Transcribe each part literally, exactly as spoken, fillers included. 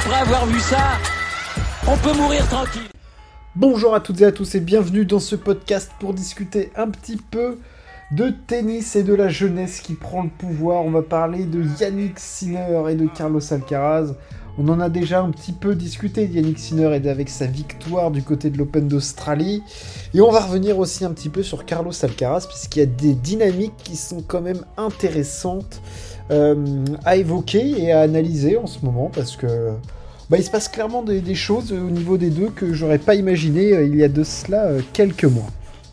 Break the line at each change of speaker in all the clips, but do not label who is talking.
après avoir vu ça, on peut mourir tranquille.
Bonjour à toutes et à tous et bienvenue dans ce podcast pour discuter un petit peu de tennis et de la jeunesse qui prend le pouvoir. On va parler de Jannik Sinner et de Carlos Alcaraz. On en a déjà un petit peu discuté de Jannik Sinner et avec sa victoire du côté de l'Open d'Australie. Et on va revenir aussi un petit peu sur Carlos Alcaraz puisqu'il y a des dynamiques qui sont quand même intéressantes euh, à évoquer et à analyser en ce moment parce que bah, il se passe clairement des, des choses au niveau des deux que j'aurais pas imaginé euh, il y a de cela euh, quelques mois.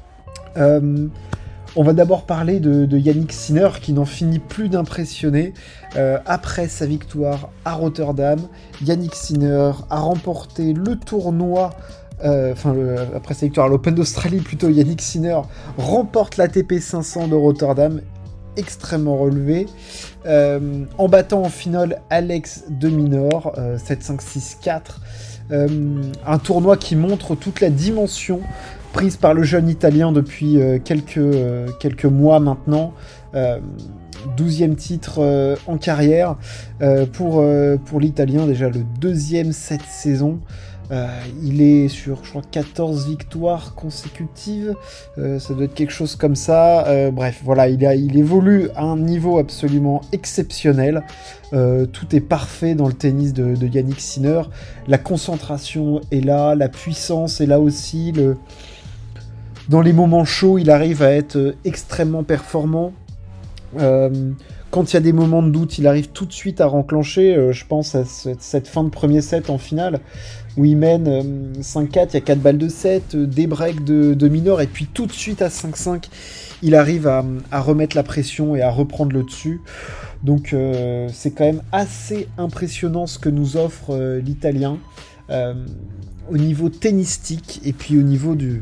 Euh, On va d'abord parler de, de Jannik Sinner qui n'en finit plus d'impressionner. Euh, après sa victoire à Rotterdam, Jannik Sinner a remporté le tournoi, euh, enfin le, après sa victoire à l'Open d'Australie plutôt, Jannik Sinner remporte l'A T P cinq cents de Rotterdam, extrêmement relevé, euh, en battant en finale Alex de Minaur, euh, sept cinq six quatre. Euh, un tournoi qui montre toute la dimension prise par le jeune Italien depuis euh, quelques, euh, quelques mois maintenant. Euh, douzième titre euh, en carrière euh, pour, euh, pour l'Italien, déjà le deuxième cette saison. Euh, il est sur, je crois, quatorze victoires consécutives. Euh, ça doit être quelque chose comme ça. Euh, bref, voilà, il, a, il évolue à un niveau absolument exceptionnel. Euh, tout est parfait dans le tennis de, de Jannik Sinner. La concentration est là, la puissance est là aussi. Le... Dans les moments chauds, il arrive à être extrêmement performant. Euh, quand il y a des moments de doute, il arrive tout de suite à renclencher. Euh, je pense à cette, cette fin de premier set en finale, où il mène euh, cinq quatre, il y a quatre balles de set, euh, des breaks de, de Minaur, et puis tout de suite à cinq cinq, il arrive à, à remettre la pression et à reprendre le dessus. Donc euh, c'est quand même assez impressionnant ce que nous offre euh, l'Italien, euh, au niveau tennistique, et puis au niveau du...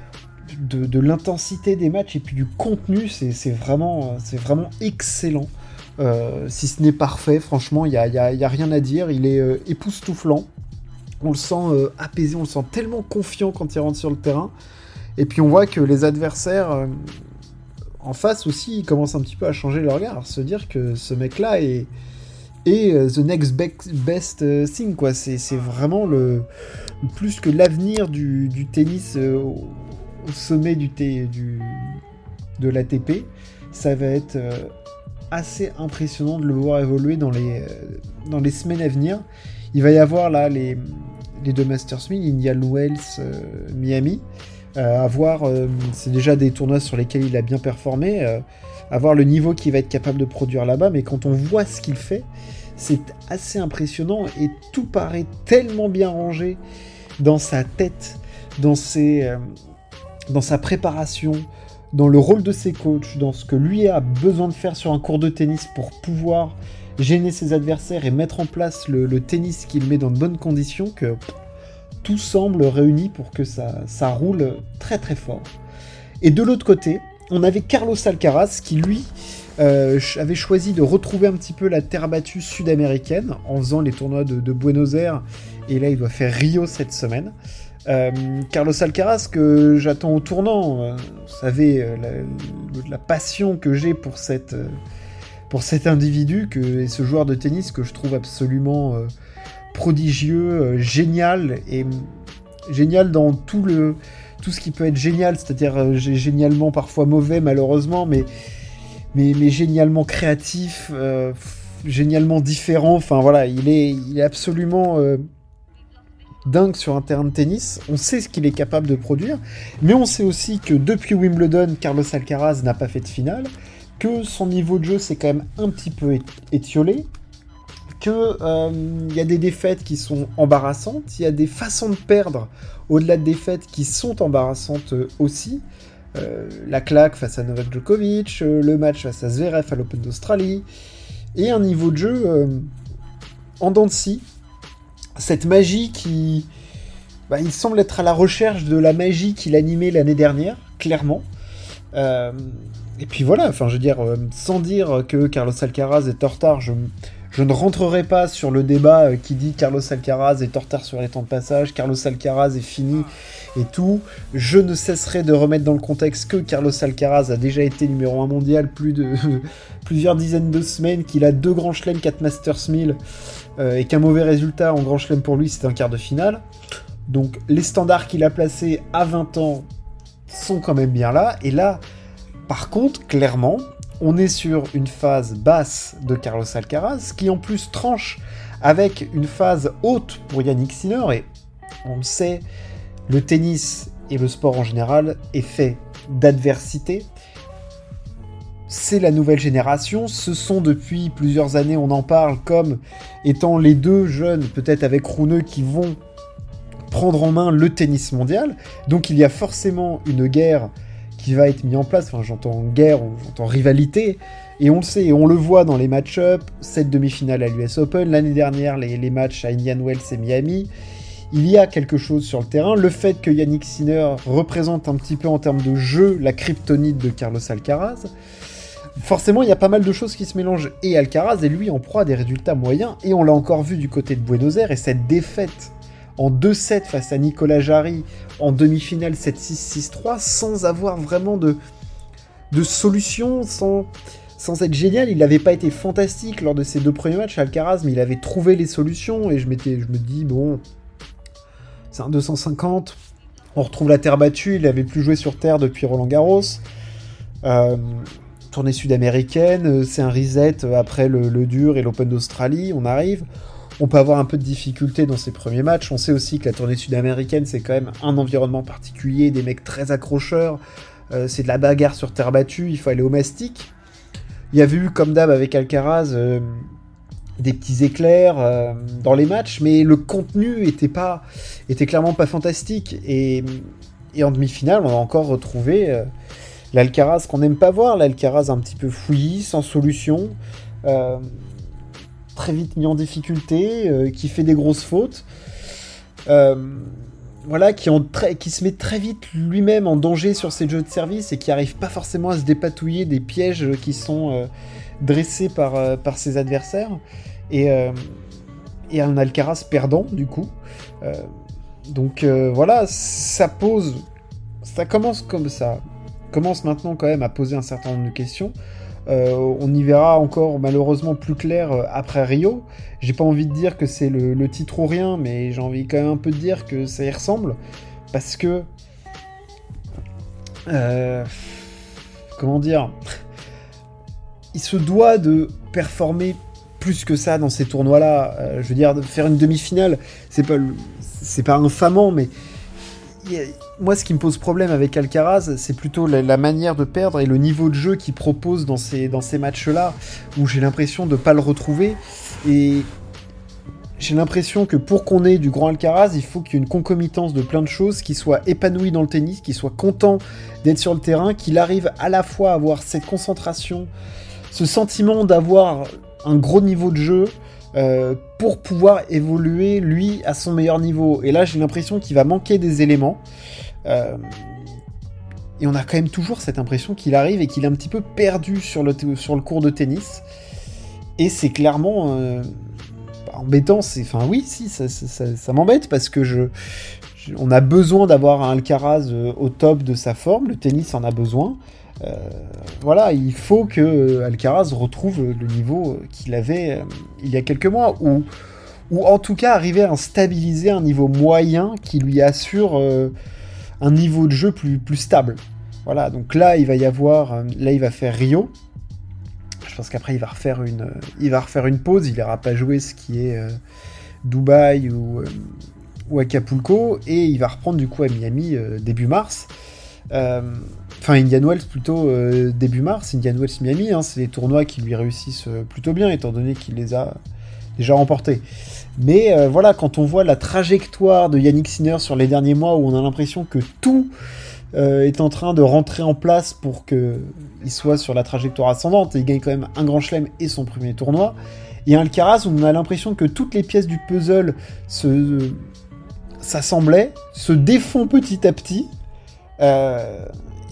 De, de l'intensité des matchs et puis du contenu, c'est, c'est, vraiment, c'est vraiment excellent. Euh, si ce n'est parfait, franchement, il n'y a, y a, y a rien à dire. Il est euh, époustouflant. On le sent euh, apaisé, on le sent tellement confiant quand il rentre sur le terrain. Et puis on voit que les adversaires euh, en face aussi, ils commencent un petit peu à changer leur regard, à se dire que ce mec-là est, est euh, the next best euh, thing, quoi. C'est, c'est vraiment le, plus que l'avenir du, du tennis euh, au sommet du, T, du de l'A T P. Ça va être euh, assez impressionnant de le voir évoluer dans les, euh, dans les semaines à venir. Il va y avoir là les, les deux Masters mille, Indian Wells, euh, Miami. Euh, à voir, euh, c'est déjà des tournois sur lesquels il a bien performé. Euh, à voir le niveau qu'il va être capable de produire là-bas. Mais quand on voit ce qu'il fait, c'est assez impressionnant et tout paraît tellement bien rangé dans sa tête, dans ses... Euh, dans sa préparation, dans le rôle de ses coachs, dans ce que lui a besoin de faire sur un court de tennis pour pouvoir gêner ses adversaires et mettre en place le, le tennis qu'il met dans de bonnes conditions, que pff, tout semble réuni pour que ça, ça roule très très fort. Et de l'autre côté, on avait Carlos Alcaraz qui, lui, euh, avait choisi de retrouver un petit peu la terre battue sud-américaine en faisant les tournois de, de Buenos Aires, et là il doit faire Rio cette semaine. Euh, Carlos Alcaraz que j'attends au tournant, euh, vous savez euh, la, la passion que j'ai pour, cette, euh, pour cet individu que, et ce joueur de tennis que je trouve absolument euh, prodigieux, euh, génial, et génial dans tout, le, tout ce qui peut être génial, c'est-à-dire euh, génialement parfois mauvais malheureusement, mais, mais, mais génialement créatif, euh, génialement différent, enfin voilà, il est, il est absolument... Euh, dingue sur un terrain de tennis. On sait ce qu'il est capable de produire, mais on sait aussi que depuis Wimbledon, Carlos Alcaraz n'a pas fait de finale, que son niveau de jeu s'est quand même un petit peu étiolé, qu'il euh, y a des défaites qui sont embarrassantes, il y a des façons de perdre au-delà de défaites qui sont embarrassantes aussi. Euh, la claque face à Novak Djokovic, euh, le match face à Zverev à l'Open d'Australie, et un niveau de jeu euh, en dents de scie. Cette magie qui... Bah, il semble être à la recherche de la magie qu'il animait l'année dernière, clairement. Euh, et puis voilà, enfin je veux dire, euh, sans dire que Carlos Alcaraz est en retard, je, Je ne rentrerai pas sur le débat euh, qui dit Carlos Alcaraz est en retard sur les temps de passage, Carlos Alcaraz est fini et tout. Je ne cesserai de remettre dans le contexte que Carlos Alcaraz a déjà été numéro un mondial plus de plusieurs dizaines de semaines, qu'il a deux grands chelems, quatre Masters mille, euh, et qu'un mauvais résultat en grand chelem pour lui, c'est un quart de finale. Donc les standards qu'il a placés à vingt ans sont quand même bien là. Et là, par contre, clairement, on est sur une phase basse de Carlos Alcaraz, qui en plus tranche avec une phase haute pour Yannick Sinner, et on le sait, le tennis et le sport en général est fait d'adversité. C'est la nouvelle génération, ce sont depuis plusieurs années, on en parle comme étant les deux jeunes, peut-être avec Rune, qui vont prendre en main le tennis mondial. Donc il y a forcément une guerre qui va être mise en place, enfin j'entends guerre, j'entends rivalité, et on le sait, et on le voit dans les match-up, cette demi-finale à l'U S Open, l'année dernière les, les matchs à Indian Wells et Miami, il y a quelque chose sur le terrain. Le fait que Yannick Sinner représente un petit peu en termes de jeu la kryptonite de Carlos Alcaraz, forcément il y a pas mal de choses qui se mélangent, et Alcaraz est lui en proie à des résultats moyens, et on l'a encore vu du côté de Buenos Aires, et cette défaite en deux sept face à Nicolas Jarry, en demi-finale sept six six trois, sans avoir vraiment de, de solution, sans, sans être génial. Il n'avait pas été fantastique lors de ses deux premiers matchs, Alcaraz, mais il avait trouvé les solutions, et je, m'étais, je me dis, bon, c'est un deux cent cinquante, on retrouve la terre battue, il n'avait plus joué sur terre depuis Roland Garros, euh, tournée sud-américaine, c'est un reset après le, le dur et l'Open d'Australie, on arrive... On peut avoir un peu de difficulté dans ses premiers matchs. On sait aussi que la tournée sud-américaine, c'est quand même un environnement particulier, des mecs très accrocheurs, euh, c'est de la bagarre sur terre battue, il faut aller au mastic. Il y avait eu, comme d'hab avec Alcaraz, euh, des petits éclairs euh, dans les matchs, mais le contenu était, pas, était clairement pas fantastique. Et, et en demi-finale, on a encore retrouvé euh, l'Alcaraz qu'on n'aime pas voir, l'Alcaraz un petit peu fouillis, sans solution, euh, très vite mis en difficulté, euh, qui fait des grosses fautes, euh, voilà, qui, ont très, qui se met très vite lui-même en danger sur ses jeux de service et qui n'arrive pas forcément à se dépatouiller des pièges qui sont euh, dressés par, euh, par ses adversaires, et, euh, et un Alcaraz perdant du coup. Euh, donc euh, voilà, ça pose, ça commence comme ça, commence maintenant quand même à poser un certain nombre de questions. Euh, on y verra encore malheureusement plus clair euh, après Rio. J'ai pas envie de dire que c'est le, le titre ou rien, mais j'ai envie quand même un peu de dire que ça y ressemble, parce que euh, comment dire, il se doit de performer plus que ça dans ces tournois-là. Euh, je veux dire, de faire une demi-finale, c'est pas, c'est pas infamant, mais moi, ce qui me pose problème avec Alcaraz, c'est plutôt la, la manière de perdre et le niveau de jeu qu'il propose dans ces, dans ces matchs-là, où j'ai l'impression de ne pas le retrouver. Et j'ai l'impression que pour qu'on ait du grand Alcaraz, il faut qu'il y ait une concomitance de plein de choses, qu'il soit épanoui dans le tennis, qu'il soit content d'être sur le terrain, qu'il arrive à la fois à avoir cette concentration, ce sentiment d'avoir un gros niveau de jeu, Euh, pour pouvoir évoluer, lui, à son meilleur niveau. Et là, j'ai l'impression qu'il va manquer des éléments. Euh, et on a quand même toujours cette impression qu'il arrive et qu'il est un petit peu perdu sur le, t- sur le court de tennis. Et c'est clairement euh, embêtant. C'est, enfin, oui, si, ça, ça, ça, ça m'embête parce que je, je, on a besoin d'avoir un Alcaraz euh, au top de sa forme. Le tennis en a besoin. Euh, voilà, il faut que Alcaraz retrouve le niveau qu'il avait euh, il y a quelques mois, ou, ou en tout cas arriver à stabiliser un niveau moyen qui lui assure euh, un niveau de jeu plus, plus stable. Voilà, donc là il va y avoir, euh, là il va faire Rio. Je pense qu'après il va refaire une, il va refaire une pause, il n'ira pas jouer ce qui est euh, Dubaï ou, euh, ou Acapulco, et il va reprendre du coup à Miami euh, début mars. Euh, Enfin, Indian Wells plutôt euh, début mars, Indian Wells Miami, hein, c'est les tournois qui lui réussissent euh, plutôt bien, étant donné qu'il les a déjà remportés. Mais euh, voilà, quand on voit la trajectoire de Yannick Sinner sur les derniers mois, où on a l'impression que tout euh, est en train de rentrer en place pour qu'il soit sur la trajectoire ascendante, et il gagne quand même un grand chelem et son premier tournoi, et un Alcaraz où on a l'impression que toutes les pièces du puzzle se, s'assemblaient, se défont petit à petit, euh,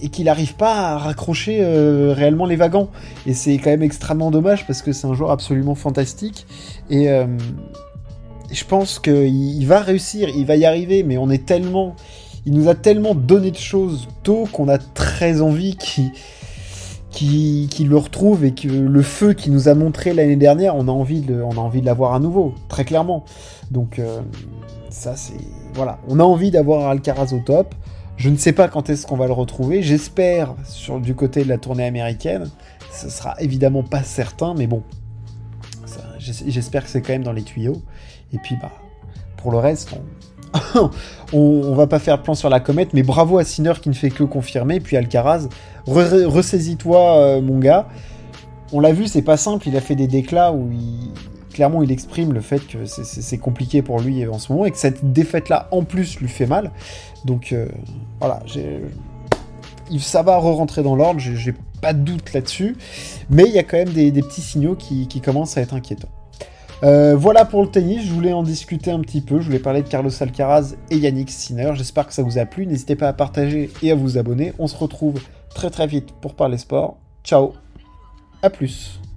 et qu'il n'arrive pas à raccrocher euh, réellement les wagons. Et c'est quand même extrêmement dommage parce que c'est un joueur absolument fantastique. Et euh, je pense qu'il il va réussir, il va y arriver, mais on est tellement... Il nous a tellement donné de choses tôt qu'on a très envie qu'il, qu'il, qu'il le retrouve et que le feu qu'il nous a montré l'année dernière, on a envie de, on a envie de l'avoir à nouveau, très clairement. Donc euh, ça c'est... Voilà, on a envie d'avoir Alcaraz au top. Je ne sais pas quand est-ce qu'on va le retrouver. J'espère sur du côté de la tournée américaine. Ce sera évidemment pas certain, mais bon. Ça, j'espère que c'est quand même dans les tuyaux. Et puis, bah, pour le reste, on, on, on va pas faire le plan sur la comète, mais bravo à Sinner qui ne fait que confirmer. Puis Alcaraz, re- ressaisis-toi, euh, mon gars. On l'a vu, c'est pas simple. Il a fait des déclats où il... Clairement, il exprime le fait que c'est, c'est, c'est compliqué pour lui en ce moment et que cette défaite-là, en plus, lui fait mal. Donc, euh, voilà, j'ai... ça va re-rentrer dans l'ordre, j'ai, j'ai pas de doute là-dessus. Mais il y a quand même des, des petits signaux qui, qui commencent à être inquiétants. Euh, voilà pour le tennis, je voulais en discuter un petit peu. Je voulais parler de Carlos Alcaraz et Jannik Sinner. J'espère que ça vous a plu. N'hésitez pas à partager et à vous abonner. On se retrouve très très vite pour parler sport. Ciao, à plus.